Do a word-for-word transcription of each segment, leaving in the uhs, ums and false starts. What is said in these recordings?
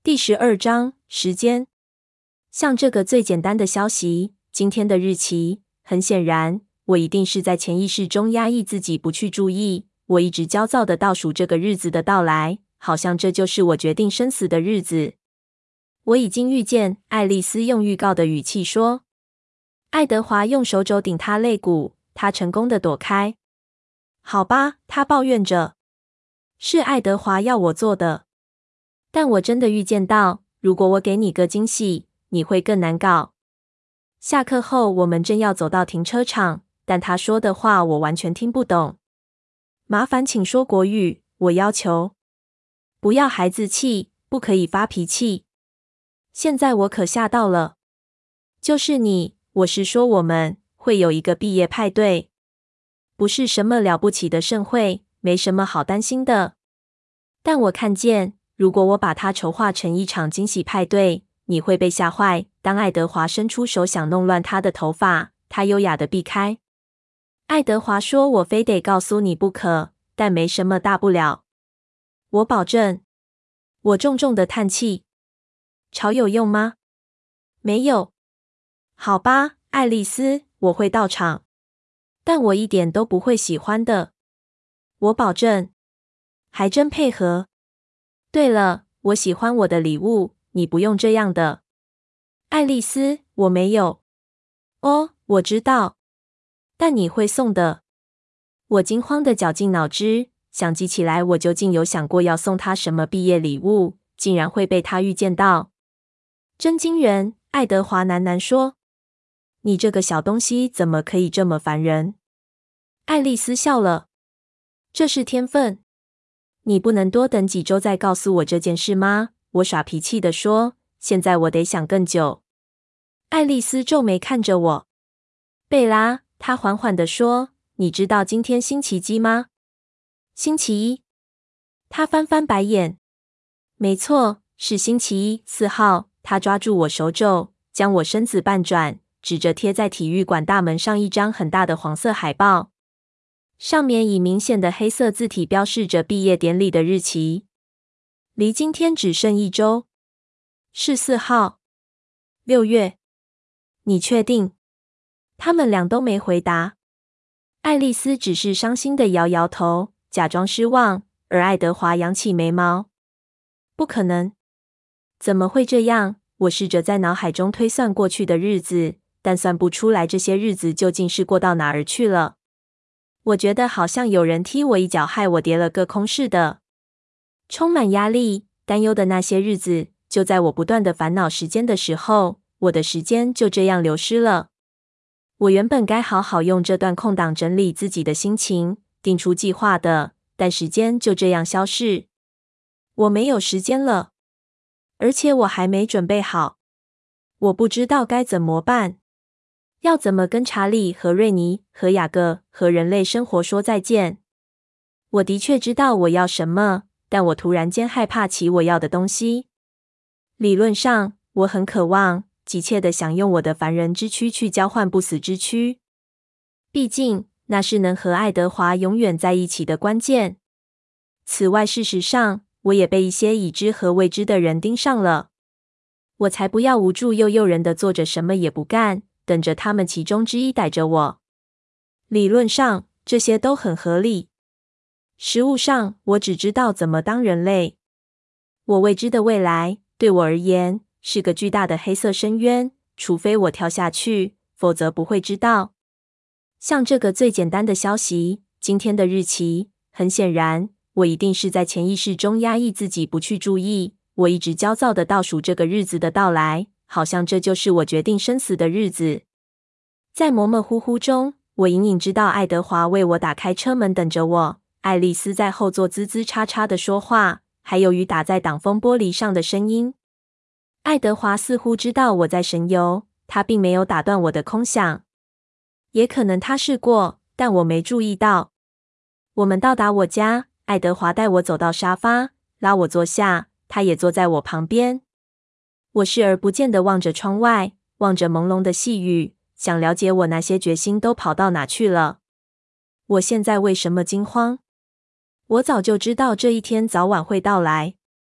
第十二章时间。像这个最简单的消息，今天的日期，很显然，我一定是在潜意识中压抑自己不去注意。我一直焦躁地倒数这个日子的到来，好像这就是我决定生死的日子。我已经预见，爱丽丝用预告的语气说。爱德华用手肘顶她肋骨，她成功地躲开。好吧，他抱怨着。是爱德华要我做的。但我真的预见到，如果我给你个惊喜，你会更难搞。下课后，我们正要走到停车场，但他说的话我完全听不懂。麻烦请说国语，我要求。不要孩子气，不可以发脾气。现在我可吓到了。就是你，我是说我们会有一个毕业派对。不是什么了不起的盛会，没什么好担心的。但我看见，如果我把它筹划成一场惊喜派对，你会被吓坏。当爱德华伸出手想弄乱他的头发，他优雅地避开。爱德华说，我非得告诉你不可，但没什么大不了。我保证。我重重的叹气。吵有用吗？没有。好吧，爱丽丝，我会到场。但我一点都不会喜欢的。我保证。还真配合。对了，我喜欢我的礼物，你不用这样的。爱丽丝，我没有。哦，我知道。但你会送的。我惊慌地绞尽脑汁，想记起来我究竟有想过要送他什么毕业礼物，竟然会被他预见到。真惊人，爱德华喃喃说。你这个小东西怎么可以这么烦人？爱丽丝笑了。这是天分。你不能多等几周再告诉我这件事吗？我耍脾气地说，现在我得想更久。爱丽丝皱眉看着我。贝拉，她缓缓地说，你知道今天星期几吗？星期一。她翻翻白眼。没错，是星期一，四号。她抓住我手肘，将我身子半转，指着贴在体育馆大门上一张很大的黄色海报。上面以明显的黑色字体标示着毕业典礼的日期。离今天只剩一周。是四号。六月。你确定？他们俩都没回答。爱丽丝只是伤心地摇摇头，假装失望，而爱德华扬起眉毛。不可能。怎么会这样？我试着在脑海中推算过去的日子，但算不出来这些日子究竟是过到哪儿去了。我觉得好像有人踢我一脚，害我跌了个空似的。充满压力、担忧的那些日子，就在我不断的烦恼时间的时候，我的时间就这样流失了。我原本该好好用这段空档整理自己的心情，定出计划的，但时间就这样消逝。我没有时间了，而且我还没准备好。我不知道该怎么办。要怎么跟查理和瑞尼和雅各和人类生活说再见？我的确知道我要什么，但我突然间害怕起我要的东西。理论上，我很渴望，急切地想用我的凡人之躯去交换不死之躯。毕竟，那是能和爱德华永远在一起的关键。此外，事实上，我也被一些已知和未知的人盯上了。我才不要无助又诱人地做着什么也不干，等着他们其中之一逮着我。理论上，这些都很合理。实务上，我只知道怎么当人类。我未知的未来，对我而言，是个巨大的黑色深渊，除非我跳下去，否则不会知道。像这个最简单的消息，今天的日期，很显然，我一定是在潜意识中压抑自己不去注意。我一直焦躁地倒数这个日子的到来，好像这就是我决定生死的日子。在模模糊糊中，我隐隐知道爱德华为我打开车门等着我，爱丽丝在后座吱吱叉叉地说话，还有雨打在挡风玻璃上的声音。爱德华似乎知道我在神游，他并没有打断我的空想。也可能他试过，但我没注意到。我们到达我家，爱德华带我走到沙发，拉我坐下，他也坐在我旁边。我视而不见地望着窗外，望着朦胧的细雨，想了解我那些决心都跑到哪去了。我现在为什么惊慌？我早就知道这一天早晚会到来。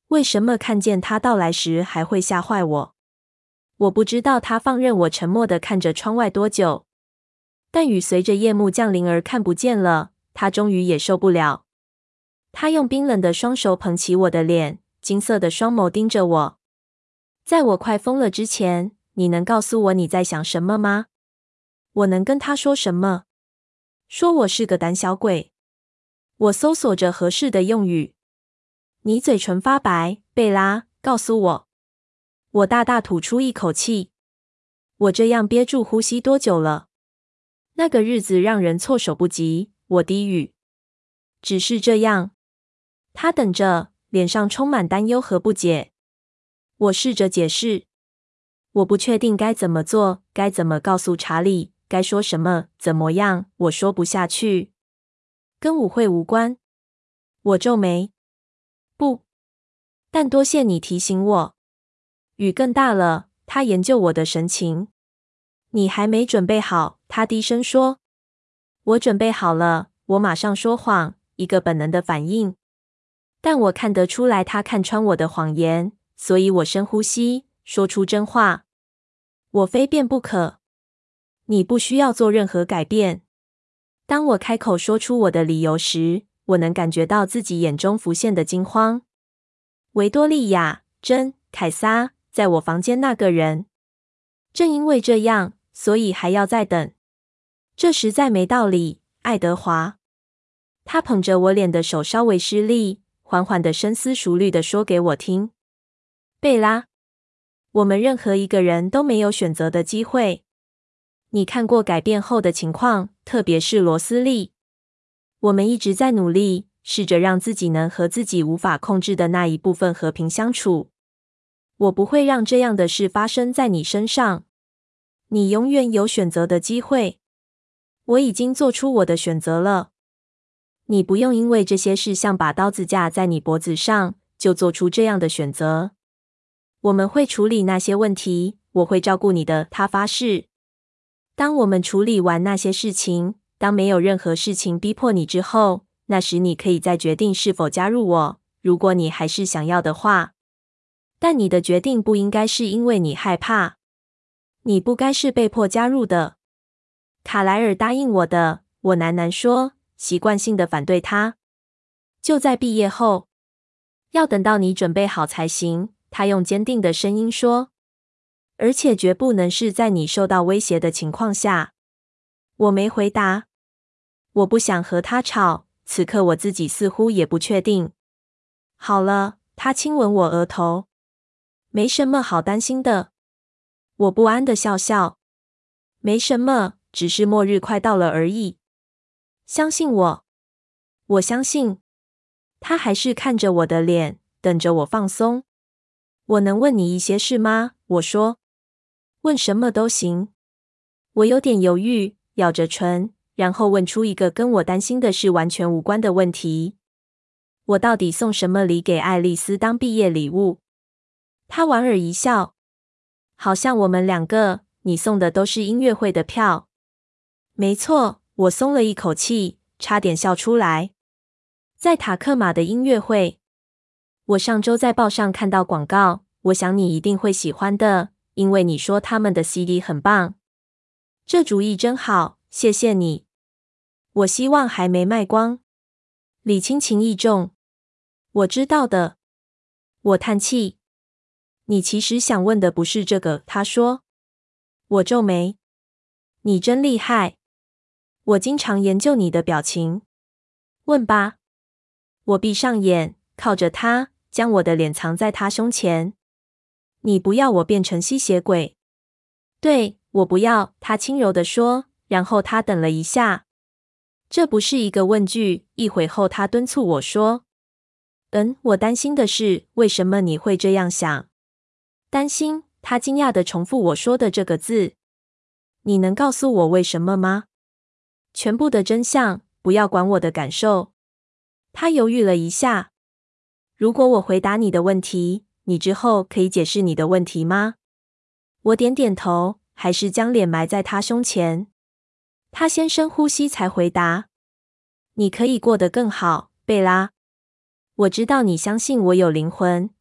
为什么看见他到来时还会吓坏我？我不知道他放任我沉默地看着窗外多久，但雨随着夜幕降临而看不见了。他终于也受不了。他用冰冷的双手捧起我的脸，金色的双眸盯着我。在我快疯了之前，你能告诉我你在想什么吗？我能跟他说什么？说我是个胆小鬼。我搜索着合适的用语。你嘴唇发白，贝拉，告诉我。我大大吐出一口气。我这样憋住呼吸多久了？那个日子让人措手不及。我低语。只是这样。他等着，脸上充满担忧和不解。我试着解释。我不确定该怎么做，该怎么告诉查理，该说什么，怎么样。我说不下去。跟舞会无关。我皱眉。不。但多谢你提醒我。雨更大了，他研究我的神情。你还没准备好，他低声说。我准备好了，我马上说谎，一个本能的反应。但我看得出来他看穿我的谎言，所以我深呼吸，说出真话。我非变不可。你不需要做任何改变。当我开口说出我的理由时，我能感觉到自己眼中浮现的惊慌。维多利亚、珍、凯撒，在我房间那个人。正因为这样，所以还要再等。这实在没道理，爱德华。他捧着我脸的手稍微施力，缓缓地深思熟虑地说给我听。贝拉，我们任何一个人都没有选择的机会。你看过改变后的情况，特别是罗斯利。我们一直在努力，试着让自己能和自己无法控制的那一部分和平相处。我不会让这样的事发生在你身上。你永远有选择的机会。我已经做出我的选择了。你不用因为这些事像把刀子架在你脖子上，就做出这样的选择。我们会处理那些问题，我会照顾你的，他发誓。当我们处理完那些事情，当没有任何事情逼迫你之后，那时你可以再决定是否加入我，如果你还是想要的话。但你的决定不应该是因为你害怕。你不该是被迫加入的。卡莱尔答应我的，我喃喃说，习惯性的反对他。就在毕业后。要等到你准备好才行，他用坚定的声音说。而且绝不能是在你受到威胁的情况下。我没回答。我不想和他吵，此刻我自己似乎也不确定。好了，他亲吻我额头。没什么好担心的。我不安的笑笑。没什么，只是末日快到了而已。相信我。我相信。他还是看着我的脸，等着我放松。我能问你一些事吗？我说。问什么都行。我有点犹豫，咬着唇，然后问出一个跟我担心的事完全无关的问题。我到底送什么礼给爱丽丝当毕业礼物？他莞尔一笑。好像我们两个，你送的都是音乐会的票。没错，我松了一口气，差点笑出来。在塔克马的音乐会。我上周在报上看到广告，我想你一定会喜欢的，因为你说他们的 C D 很棒。这主意真好，谢谢你。我希望还没卖光。李清情意重。我知道的。我叹气。你其实想问的不是这个，他说。我皱眉。你真厉害。我经常研究你的表情。问吧。我闭上眼，靠着他，将我的脸藏在他胸前。你不要我变成吸血鬼。对，我不要，他轻柔地说，然后他等了一下。这不是一个问句，一会后他敦促我说。嗯，我担心的是，为什么你会这样想？担心，他惊讶地重复我说的这个字。你能告诉我为什么吗？全部的真相，不要管我的感受。他犹豫了一下。如果我回答你的问题，你之后可以解释你的问题吗？我点点头，还是将脸埋在他胸前。他先深呼吸才回答。你可以过得更好，贝拉。我知道你相信我有灵魂，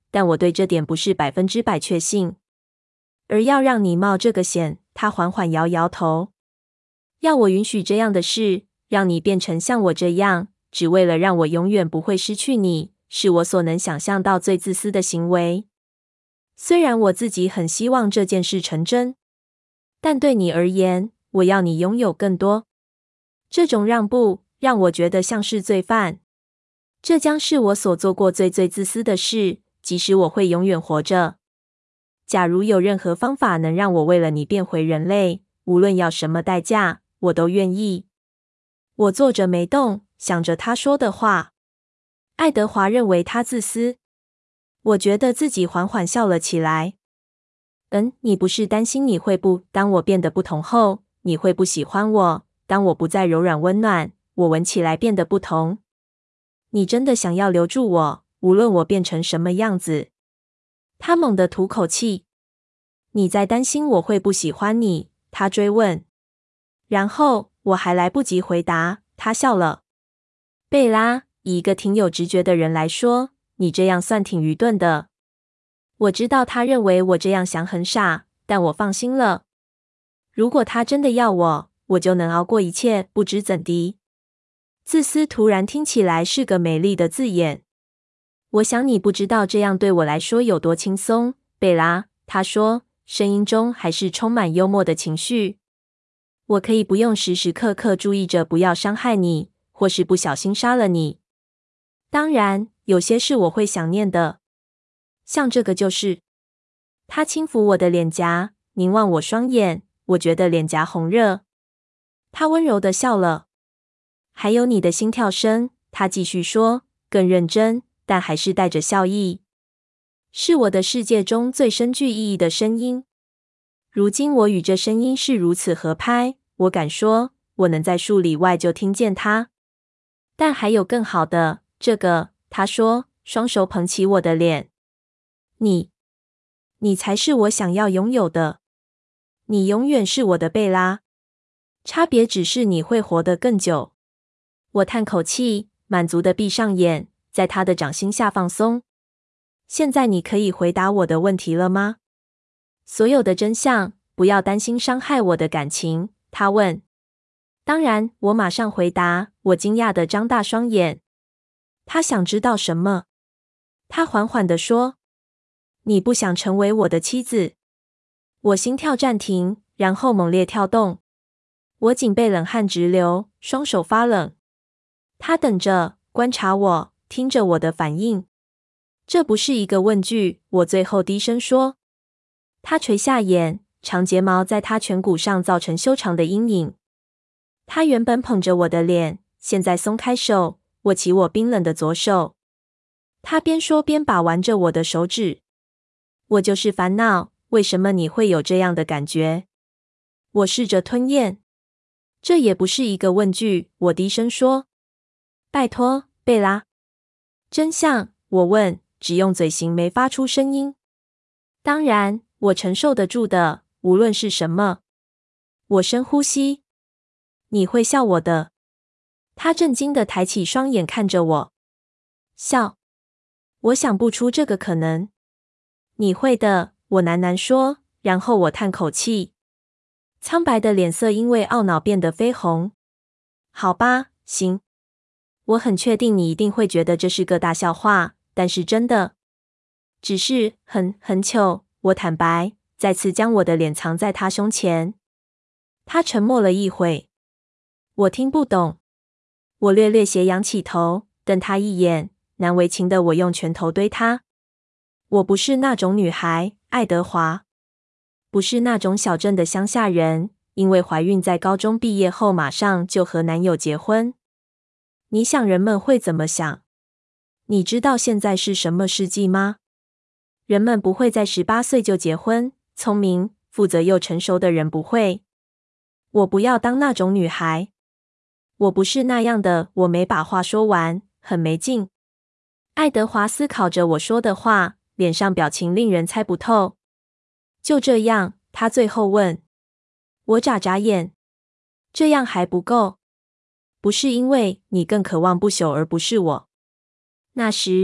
但我对这点不是百分之百确信。而要让你冒这个险，他缓缓摇摇头。要我允许这样的事，让你变成像我这样，只为了让我永远不会失去你，是我所能想象到最自私的行为。虽然我自己很希望这件事成真，但对你而言，我要你拥有更多。这种让步让我觉得像是罪犯。这将是我所做过最最自私的事，即使我会永远活着。假如有任何方法能让我为了你变回人类，无论要什么代价，我都愿意。我坐着没动，想着他说的话。爱德华认为他自私。我觉得自己缓缓笑了起来。嗯，你不是担心你会不，当我变得不同后，你会不喜欢我，当我不再柔软温暖，我闻起来变得不同。你真的想要留住我，无论我变成什么样子。他猛地吐口气。你在担心我会不喜欢你？他追问。然后我还来不及回答，他笑了。贝拉，以一个挺有直觉的人来说，你这样算挺愚钝的。我知道他认为我这样想很傻，但我放心了。如果他真的要我，我就能熬过一切，不知怎的。自私突然听起来是个美丽的字眼。我想你不知道这样对我来说有多轻松，贝拉，他说，声音中还是充满幽默的情绪。我可以不用时时刻刻注意着不要伤害你，或是不小心杀了你。当然，有些事我会想念的。像这个就是。他轻抚我的脸颊，凝望我双眼，我觉得脸颊红热。他温柔地笑了。还有你的心跳声，他继续说，更认真，但还是带着笑意。是我的世界中最深具意义的声音。如今我与这声音是如此合拍，我敢说，我能在数里外就听见它。但还有更好的，这个，他说，双手捧起我的脸。你，你才是我想要拥有的。你永远是我的贝拉。差别只是你会活得更久。我叹口气，满足地闭上眼，在他的掌心下放松。现在你可以回答我的问题了吗？所有的真相，不要担心伤害我的感情，他问。当然，我马上回答。我惊讶地张大双眼。他想知道什么？他缓缓地说：你不想成为我的妻子。我心跳暂停，然后猛烈跳动。我颈背冷汗直流，双手发冷。他等着，观察我，听着我的反应。这不是一个问句，我最后低声说。他垂下眼，长睫毛在他颧骨上造成修长的阴影。他原本捧着我的脸，现在松开手，握起我冰冷的左手。他边说边把玩着我的手指。我就是烦恼，为什么你会有这样的感觉？我试着吞咽。这也不是一个问句，我低声说。拜托，贝拉。真相？我问，只用嘴型没发出声音。当然，我承受得住的，无论是什么。我深呼吸。你会笑我的。他震惊地抬起双眼看着我。笑？我想不出这个可能。你会的，我喃喃说，然后我叹口气。苍白的脸色因为懊恼变得绯红。好吧，行。我很确定你一定会觉得这是个大笑话，但是真的。只是很很糗，我坦白，再次将我的脸藏在他胸前。他沉默了一会。我听不懂。我略略斜仰起头，瞪他一眼，难为情的我用拳头堆他。我不是那种女孩，爱德华。不是那种小镇的乡下人，因为怀孕在高中毕业后马上就和男友结婚。你想人们会怎么想？你知道现在是什么世纪吗？人们不会在十八岁就结婚，聪明、负责又成熟的人不会。我不要当那种女孩。我不是那样的，我没把话说完，很没劲。爱德华思考着我说的话，脸上表情令人猜不透。就这样，他最后问。我眨眨眼。这样还不够。不是因为你更渴望不朽而不是我。那时，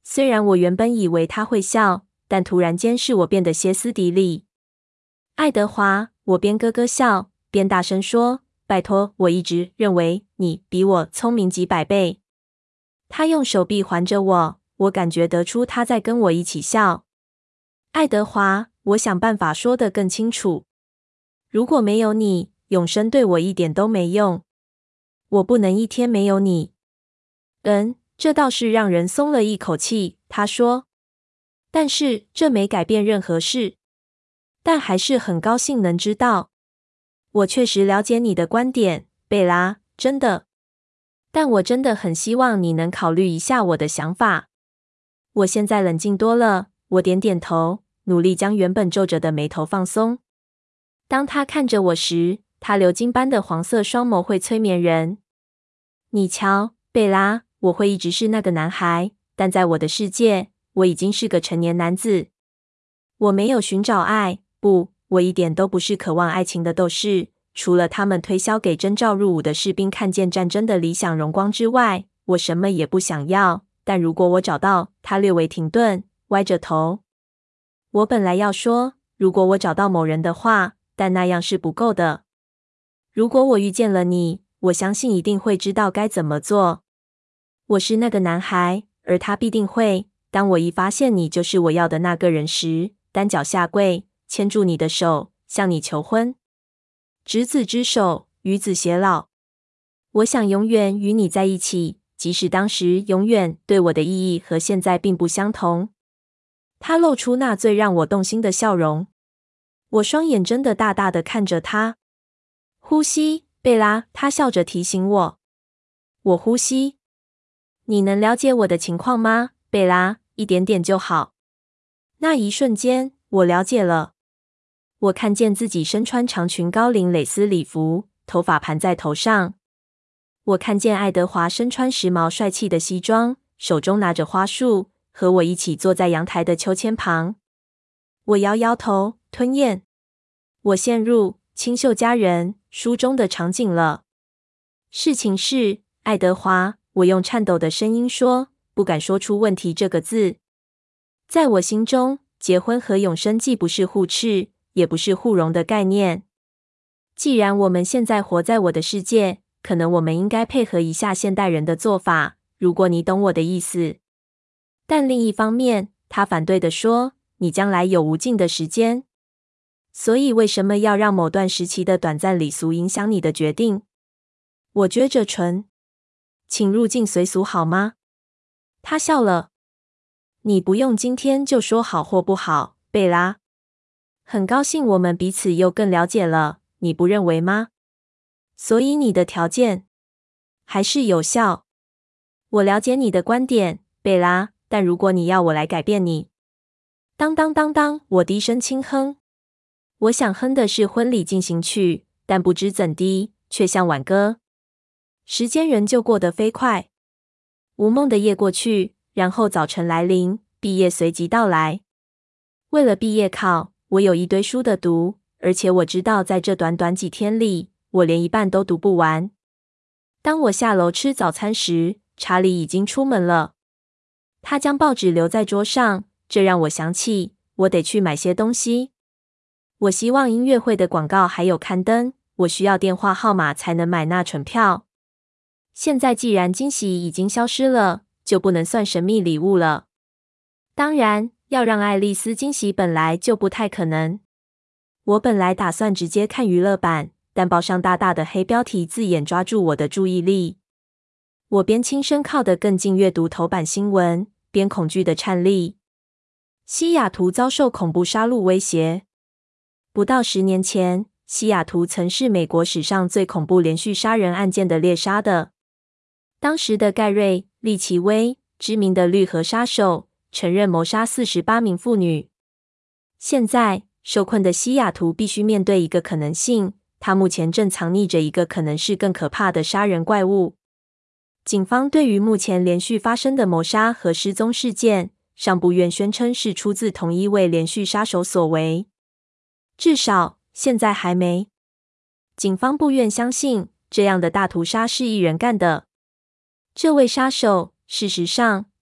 虽然我原本以为他会笑，但突然间是我变得歇斯底里。爱德华，我边咯咯笑，边大声说：“拜托，我一直认为你比我聪明几百倍。”他用手臂环着我，我感觉得出他在跟我一起笑。爱德华，我想办法说得更清楚。如果没有你，永生对我一点都没用。我不能一天没有你。嗯，这倒是让人松了一口气，他说。但是这没改变任何事。但还是很高兴能知道。我确实了解你的观点，贝拉，真的。但我真的很希望你能考虑一下我的想法。我现在冷静多了，我点点头，努力将原本皱着的眉头放松。当他看着我时，他流金般的黄色双眸会催眠人。你瞧，贝拉，我会一直是那个男孩，但在我的世界，我已经是个成年男子。我没有寻找爱，不，我一点都不是渴望爱情的斗士。除了他们推销给征召入伍的士兵看见战争的理想荣光之外，我什么也不想要。但如果我找到，他略微停顿，歪着头。我本来要说，如果我找到某人的话，但那样是不够的。如果我遇见了你，我相信一定会知道该怎么做。我是那个男孩，而他必定会。当我一发现你就是我要的那个人时，单脚下跪，牵住你的手，向你求婚。执子之手，与子偕老。我想永远与你在一起，即使当时永远对我的意义和现在并不相同。他露出那最让我动心的笑容。我双眼睁得大大的看着他。呼吸，贝拉，他笑着提醒我。我呼吸。你能了解我的情况吗，贝拉？一点点就好。那一瞬间，我了解了。我看见自己身穿长裙高领蕾丝礼服，头发盘在头上。我看见爱德华身穿时髦帅气的西装，手中拿着花束，和我一起坐在阳台的秋千旁。我摇摇头，吞咽。我陷入清秀佳人书中的场景了。事情是，爱德华，我用颤抖的声音说，不敢说出问题这个字。在我心中，结婚和永生既不是互斥，也不是互容的概念。既然我们现在活在我的世界，可能我们应该配合一下现代人的做法，如果你懂我的意思。但另一方面，他反对地说，你将来有无尽的时间。所以为什么要让某段时期的短暂礼俗影响你的决定？我撅着唇。请入境随俗好吗？他笑了。你不用今天就说好或不好，贝拉。很高兴我们彼此又更了解了，你不认为吗？所以你的条件还是有效。我了解你的观点，贝拉，但如果你要我来改变你……当当当当，我低声轻哼。我想哼的是婚礼进行曲，但不知怎的，却像挽歌。时间仍旧过得飞快。无梦的夜过去，然后早晨来临，毕业随即到来。为了毕业考，我有一堆书的读，而且我知道在这短短几天里，我连一半都读不完。当我下楼吃早餐时，查理已经出门了。他将报纸留在桌上，这让我想起，我得去买些东西。我希望音乐会的广告还有刊登，我需要电话号码才能买那蠢票。现在既然惊喜已经消失了，就不能算神秘礼物了。当然，要让爱丽丝惊喜本来就不太可能。我本来打算直接看娱乐版，但报上大大的黑标题字眼抓住我的注意力。我边轻声靠得更近阅读头版新闻，边恐惧的颤栗。西雅图遭受恐怖杀戮威胁。不到十年前，西雅图曾是美国史上最恐怖连续杀人案件的猎杀的。当时的盖瑞·利奇威，知名的绿河杀手，承认谋杀四十八名妇女。现在，受困的西雅图必须面对一个可能性，他目前正藏匿着一个可能是更可怕的杀人怪物。警方对于目前连续发生的谋杀和失踪事件，尚不愿宣称是出自同一位连续杀手所为。至少，现在还没。警方不愿相信这样的大屠杀是一人干的。这位杀手，事实上，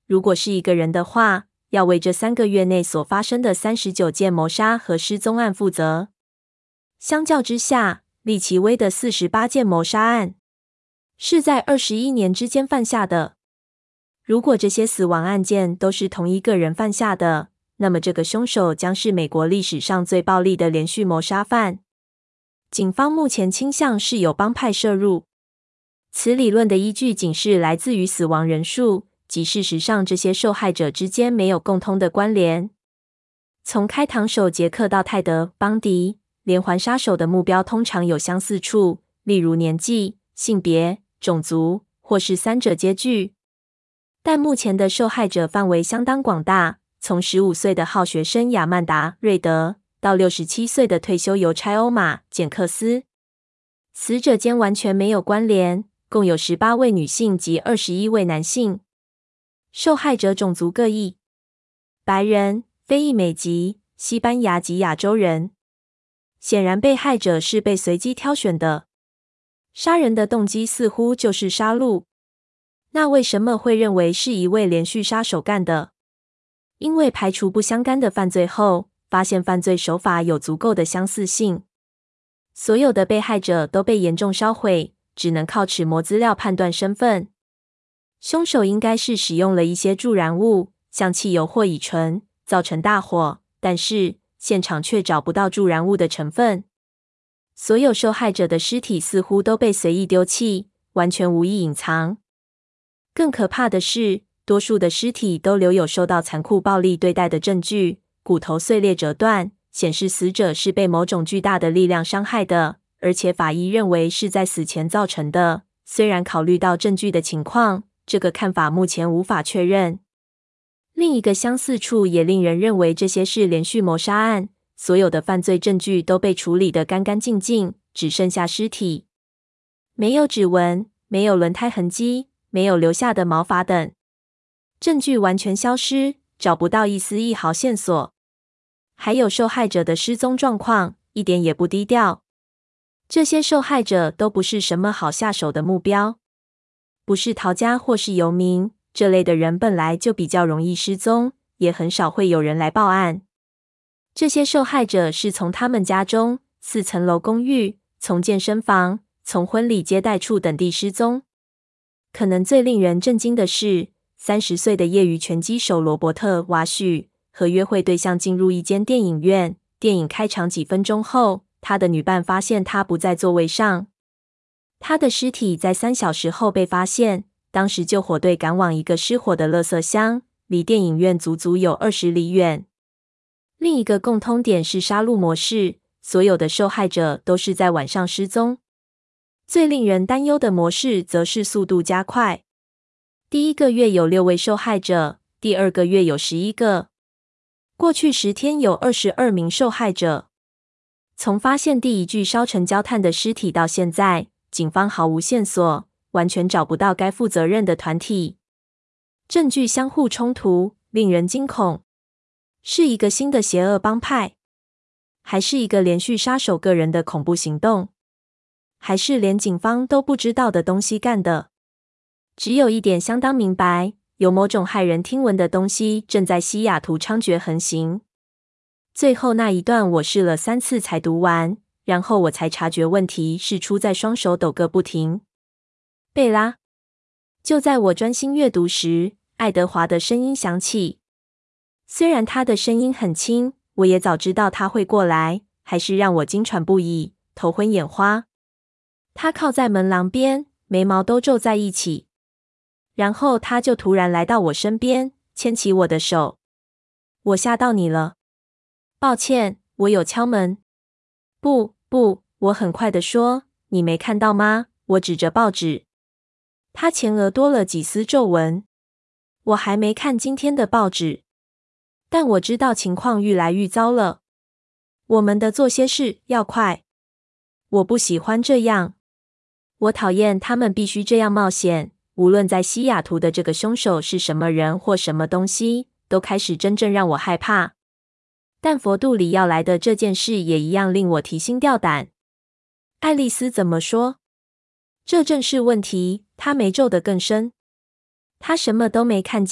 如果是一个人的话，要为这三个月内所发生的三十九件谋杀和失踪案负责。相较之下，利奇威的四十八件谋杀案是在二十一年之间犯下的。如果这些死亡案件都是同一个人犯下的，那么这个凶手将是美国历史上最暴力的连续谋杀犯。警方目前倾向是有帮派涉入。此理论的依据仅是来自于死亡人数，即事实上这些受害者之间没有共通的关联。从开膛手杰克到泰德·邦迪，连环杀手的目标通常有相似处，例如年纪、性别、种族，或是三者皆具。但目前的受害者范围相当广大，从十五岁的好学生亚曼达·瑞德到六十七岁的退休邮差欧玛·简克斯。死者间完全没有关联，共有十八位女性及二十一位男性。受害者种族各异，白人、非裔美籍、西班牙及亚洲人。显然被害者是被随机挑选的。杀人的动机似乎就是杀戮。那为什么会认为是一位连续杀手干的？因为排除不相干的犯罪后，发现犯罪手法有足够的相似性。所有的被害者都被严重烧毁，只能靠齿模资料判断身份。凶手应该是使用了一些助燃物，像汽油或乙醇，造成大火，但是现场却找不到助燃物的成分。所有受害者的尸体似乎都被随意丢弃，完全无意隐藏。更可怕的是，多数的尸体都留有受到残酷暴力对待的证据，骨头碎裂折断，显示死者是被某种巨大的力量伤害的，而且法医认为是在死前造成的。虽然考虑到证据的情况，这个看法目前无法确认。另一个相似处也令人认为这些是连续谋杀案，所有的犯罪证据都被处理得干干净净，只剩下尸体。没有指纹，没有轮胎痕迹，没有留下的毛发等。证据完全消失，找不到一丝一毫线索。还有受害者的失踪状况，一点也不低调。这些受害者都不是什么好下手的目标。不是逃家或是游民，这类的人本来就比较容易失踪，也很少会有人来报案。这些受害者是从他们家中、四层楼公寓、从健身房、从婚礼接待处等地失踪。可能最令人震惊的是，三十岁的业余拳击手罗伯特·瓦许和约会对象进入一间电影院，电影开场几分钟后，他的女伴发现他不在座位上。他的尸体在三小时后被发现，当时救火队赶往一个失火的垃圾箱，离电影院足足有二十里远。另一个共通点是杀戮模式，所有的受害者都是在晚上失踪。最令人担忧的模式则是速度加快。第一个月有六位受害者，第二个月有十一个。过去十天有二十二名受害者。从发现第一具烧成焦炭的尸体到现在，警方毫无线索，完全找不到该负责任的团体。证据相互冲突，令人惊恐。是一个新的邪恶帮派？还是一个连续杀手个人的恐怖行动？还是连警方都不知道的东西干的？只有一点相当明白，有某种骇人听闻的东西正在西雅图猖獗横行。最后那一段我试了三次才读完，然后我才察觉问题是出在双手抖个不停。贝拉。就在我专心阅读时，爱德华的声音响起。虽然他的声音很轻，我也早知道他会过来，还是让我惊喘不已，头昏眼花。他靠在门廊边，眉毛都皱在一起。然后他就突然来到我身边，牵起我的手。我吓到你了。抱歉，我有敲门。不，不，我很快地说，你没看到吗？我指着报纸。他前额多了几丝皱纹。我还没看今天的报纸，但我知道情况愈来愈糟了。我们的做些事要快。我不喜欢这样。我讨厌他们必须这样冒险。无论在西雅图的这个凶手是什么人或什么东西，都开始真正让我害怕。但佛度里要来的这件事也一样令我提心吊胆。爱丽丝怎么说？这正是问题，她眉皱得更深。她什么都没看见，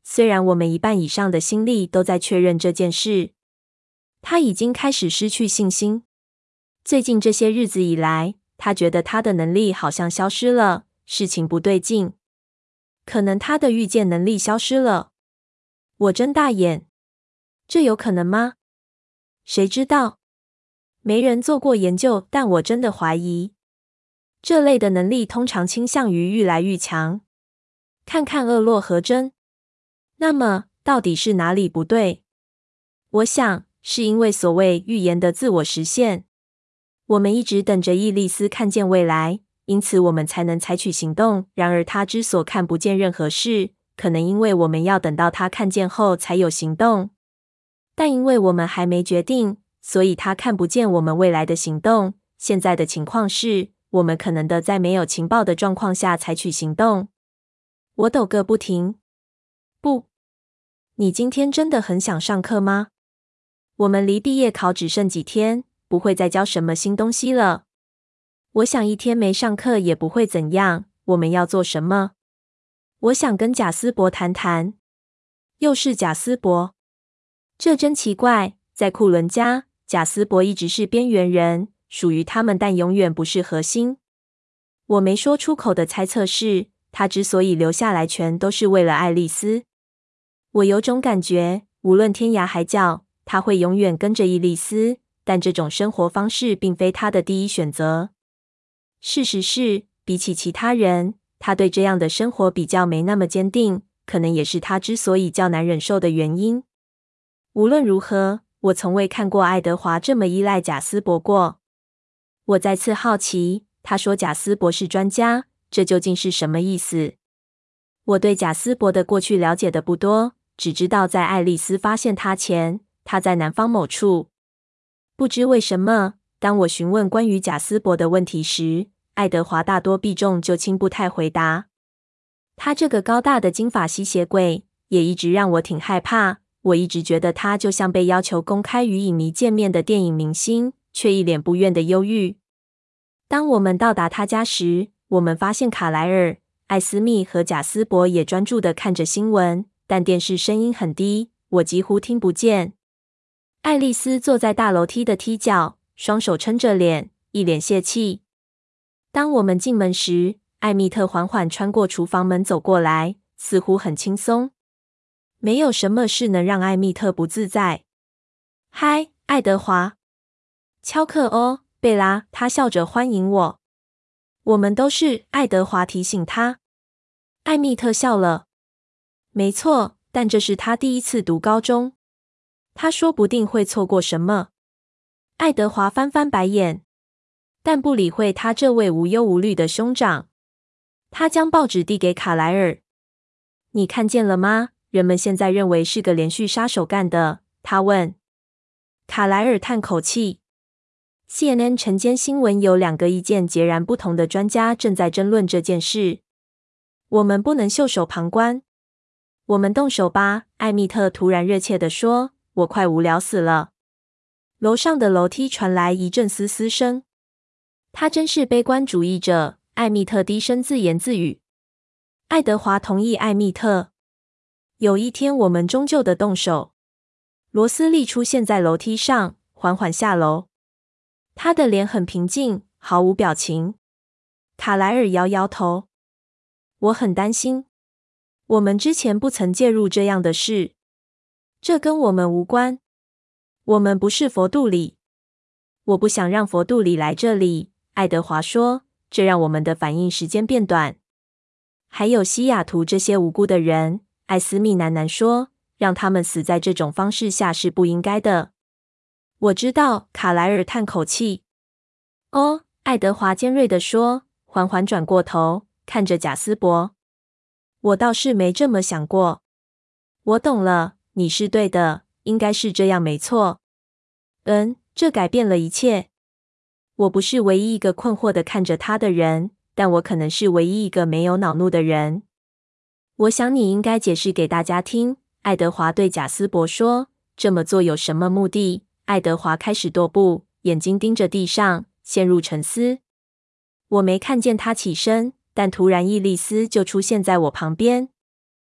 虽然我们一半以上的心力都在确认这件事。他已经开始失去信心。最近这些日子以来，他觉得他的能力好像消失了，事情不对劲。可能他的预见能力消失了。我睁大眼，这有可能吗？谁知道？没人做过研究，但我真的怀疑。这类的能力通常倾向于愈来愈强。看看厄洛和针。那么，到底是哪里不对？我想，是因为所谓预言的自我实现。我们一直等着伊利斯看见未来，因此我们才能采取行动。然而他之所看不见任何事，可能因为我们要等到他看见后才有行动。但因为我们还没决定，所以他看不见我们未来的行动。现在的情况是，我们可能的在没有情报的状况下采取行动。我抖个不停。不，你今天真的很想上课吗？我们离毕业考只剩几天，不会再教什么新东西了。我想一天没上课也不会怎样。我们要做什么？我想跟贾斯伯谈谈。又是贾斯伯，这真奇怪。在库伦家，贾斯伯一直是边缘人，属于他们，但永远不是核心。我没说出口的猜测是，他之所以留下来，全都是为了爱丽丝。我有种感觉，无论天涯海角，他会永远跟着伊丽丝，但这种生活方式并非他的第一选择。事实是，比起其他人，他对这样的生活比较没那么坚定，可能也是他之所以较难忍受的原因。无论如何，我从未看过爱德华这么依赖贾斯伯过。我再次好奇，他说贾斯伯是专家，这究竟是什么意思？我对贾斯伯的过去了解的不多，只知道在爱丽丝发现他前，他在南方某处。不知为什么，当我询问关于贾斯伯的问题时，爱德华大多避重就轻，不太回答。他这个高大的金发吸血鬼也一直让我挺害怕。我一直觉得他就像被要求公开与影迷见面的电影明星，却一脸不愿的忧郁。当我们到达他家时，我们发现卡莱尔、艾斯密和贾斯伯也专注地看着新闻，但电视声音很低，我几乎听不见。爱丽丝坐在大楼梯的梯角，双手撑着脸，一脸泄气。当我们进门时，艾米特缓缓穿过厨房门走过来，似乎很轻松。没有什么事能让艾米特不自在。嗨，爱德华。乔克哦，贝拉，他笑着欢迎我。我们都是，爱德华提醒他。艾米特笑了。没错，但这是他第一次读高中。他说不定会错过什么。爱德华翻翻白眼，但不理会他这位无忧无虑的兄长。他将报纸递给卡莱尔。你看见了吗？人们现在认为是个连续杀手干的，他问。卡莱尔叹口气。C N N 晨间新闻有两个意见截然不同的专家正在争论这件事。我们不能袖手旁观。我们动手吧，艾米特突然热切地说，我快无聊死了。楼上的楼梯传来一阵嘶嘶声。他真是悲观主义者，艾米特低声自言自语。爱德华同意艾米特。有一天我们终究的动手。罗斯利出现在楼梯上，缓缓下楼。他的脸很平静，毫无表情。卡莱尔摇摇头。我很担心。我们之前不曾介入这样的事。这跟我们无关。我们不是佛杜里。我不想让佛杜里来这里，爱德华说，这让我们的反应时间变短。还有西雅图这些无辜的人，艾斯密喃喃说，让他们死在这种方式下是不应该的。我知道，卡莱尔叹口气。哦，爱德华尖锐地说，缓缓转过头，看着贾斯伯。我倒是没这么想过。我懂了，你是对的，应该是这样没错。嗯，这改变了一切。我不是唯一一个困惑地看着他的人，但我可能是唯一一个没有恼怒的人。我想你应该解释给大家听，爱德华对贾斯伯说，这么做有什么目的？爱德华开始踱步，眼睛盯着地上，陷入沉思。我没看见他起身，但突然伊丽丝就出现在我旁边。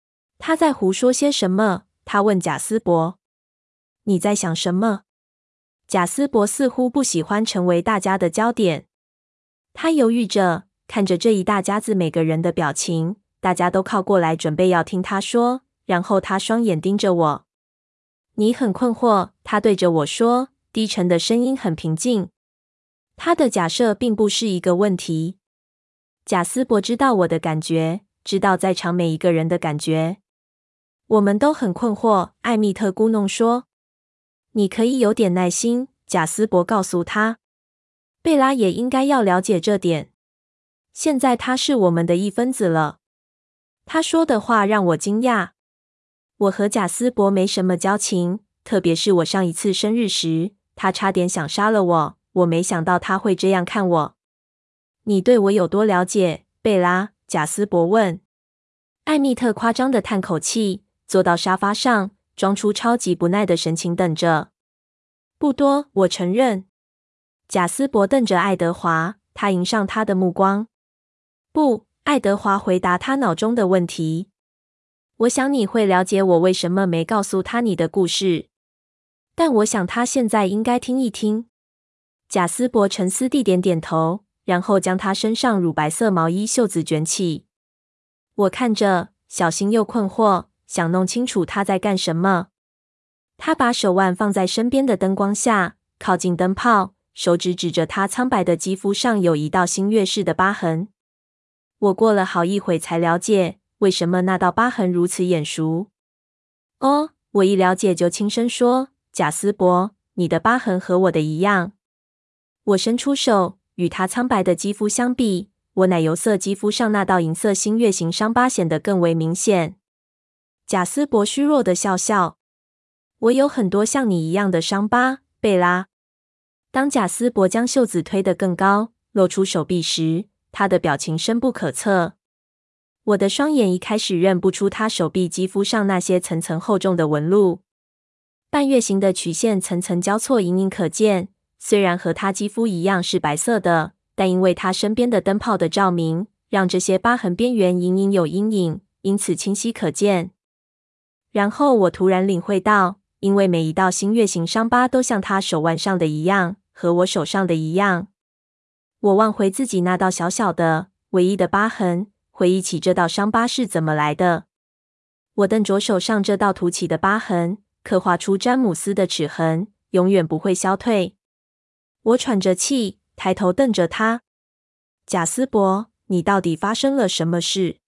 他在胡说些什么？他问贾斯伯。你在想什么？贾斯伯似乎不喜欢成为大家的焦点。他犹豫着，看着这一大家子每个人的表情，大家都靠过来准备要听他说，然后他双眼盯着我。你很困惑，他对着我说，低沉的声音很平静。他的假设并不是一个问题。贾斯伯知道我的感觉，知道在场每一个人的感觉。我们都很困惑，艾米特咕哝说。你可以有点耐心，贾斯伯告诉他。贝拉也应该要了解这点。现在他是我们的一分子了。他说的话让我惊讶。我和贾斯伯没什么交情，特别是我上一次生日时，他差点想杀了我，我没想到他会这样看我。你对我有多了解，贝拉？贾斯伯问。艾米特夸张地叹口气，坐到沙发上，装出超级不耐的神情等着。不多，我承认。贾斯伯瞪着爱德华，他迎上他的目光。不，爱德华回答他脑中的问题。我想你会了解我为什么没告诉他你的故事，但我想他现在应该听一听。贾斯伯沉思地点点头，然后将他身上乳白色毛衣袖子卷起。我看着，小心又困惑，想弄清楚他在干什么。他把手腕放在身边的灯光下，靠近灯泡，手指指着他苍白的肌肤上有一道新月式的疤痕。我过了好一会才了解，为什么那道疤痕如此眼熟。哦，我一了解就轻声说，贾斯伯，你的疤痕和我的一样。我伸出手，与他苍白的肌肤相比，我奶油色肌肤上那道银色新月形伤疤显得更为明显。贾斯伯虚弱的笑笑。我有很多像你一样的伤疤，贝拉。当贾斯伯将袖子推得更高，露出手臂时，他的表情深不可测。我的双眼一开始认不出他手臂肌肤上那些层层厚重的纹路。半月形的曲线层层交错，隐隐可见。虽然和他肌肤一样是白色的，但因为他身边的灯泡的照明，让这些疤痕边缘隐隐有阴影，因此清晰可见。然后我突然领会到，因为每一道新月形伤疤都像他手腕上的一样，和我手上的一样。我望回自己那道小小的、唯一的疤痕，回忆起这道伤疤是怎么来的。我瞪着手上这道凸起的疤痕，刻画出詹姆斯的齿痕，永远不会消退。我喘着气，抬头瞪着他。贾斯伯，你到底发生了什么事？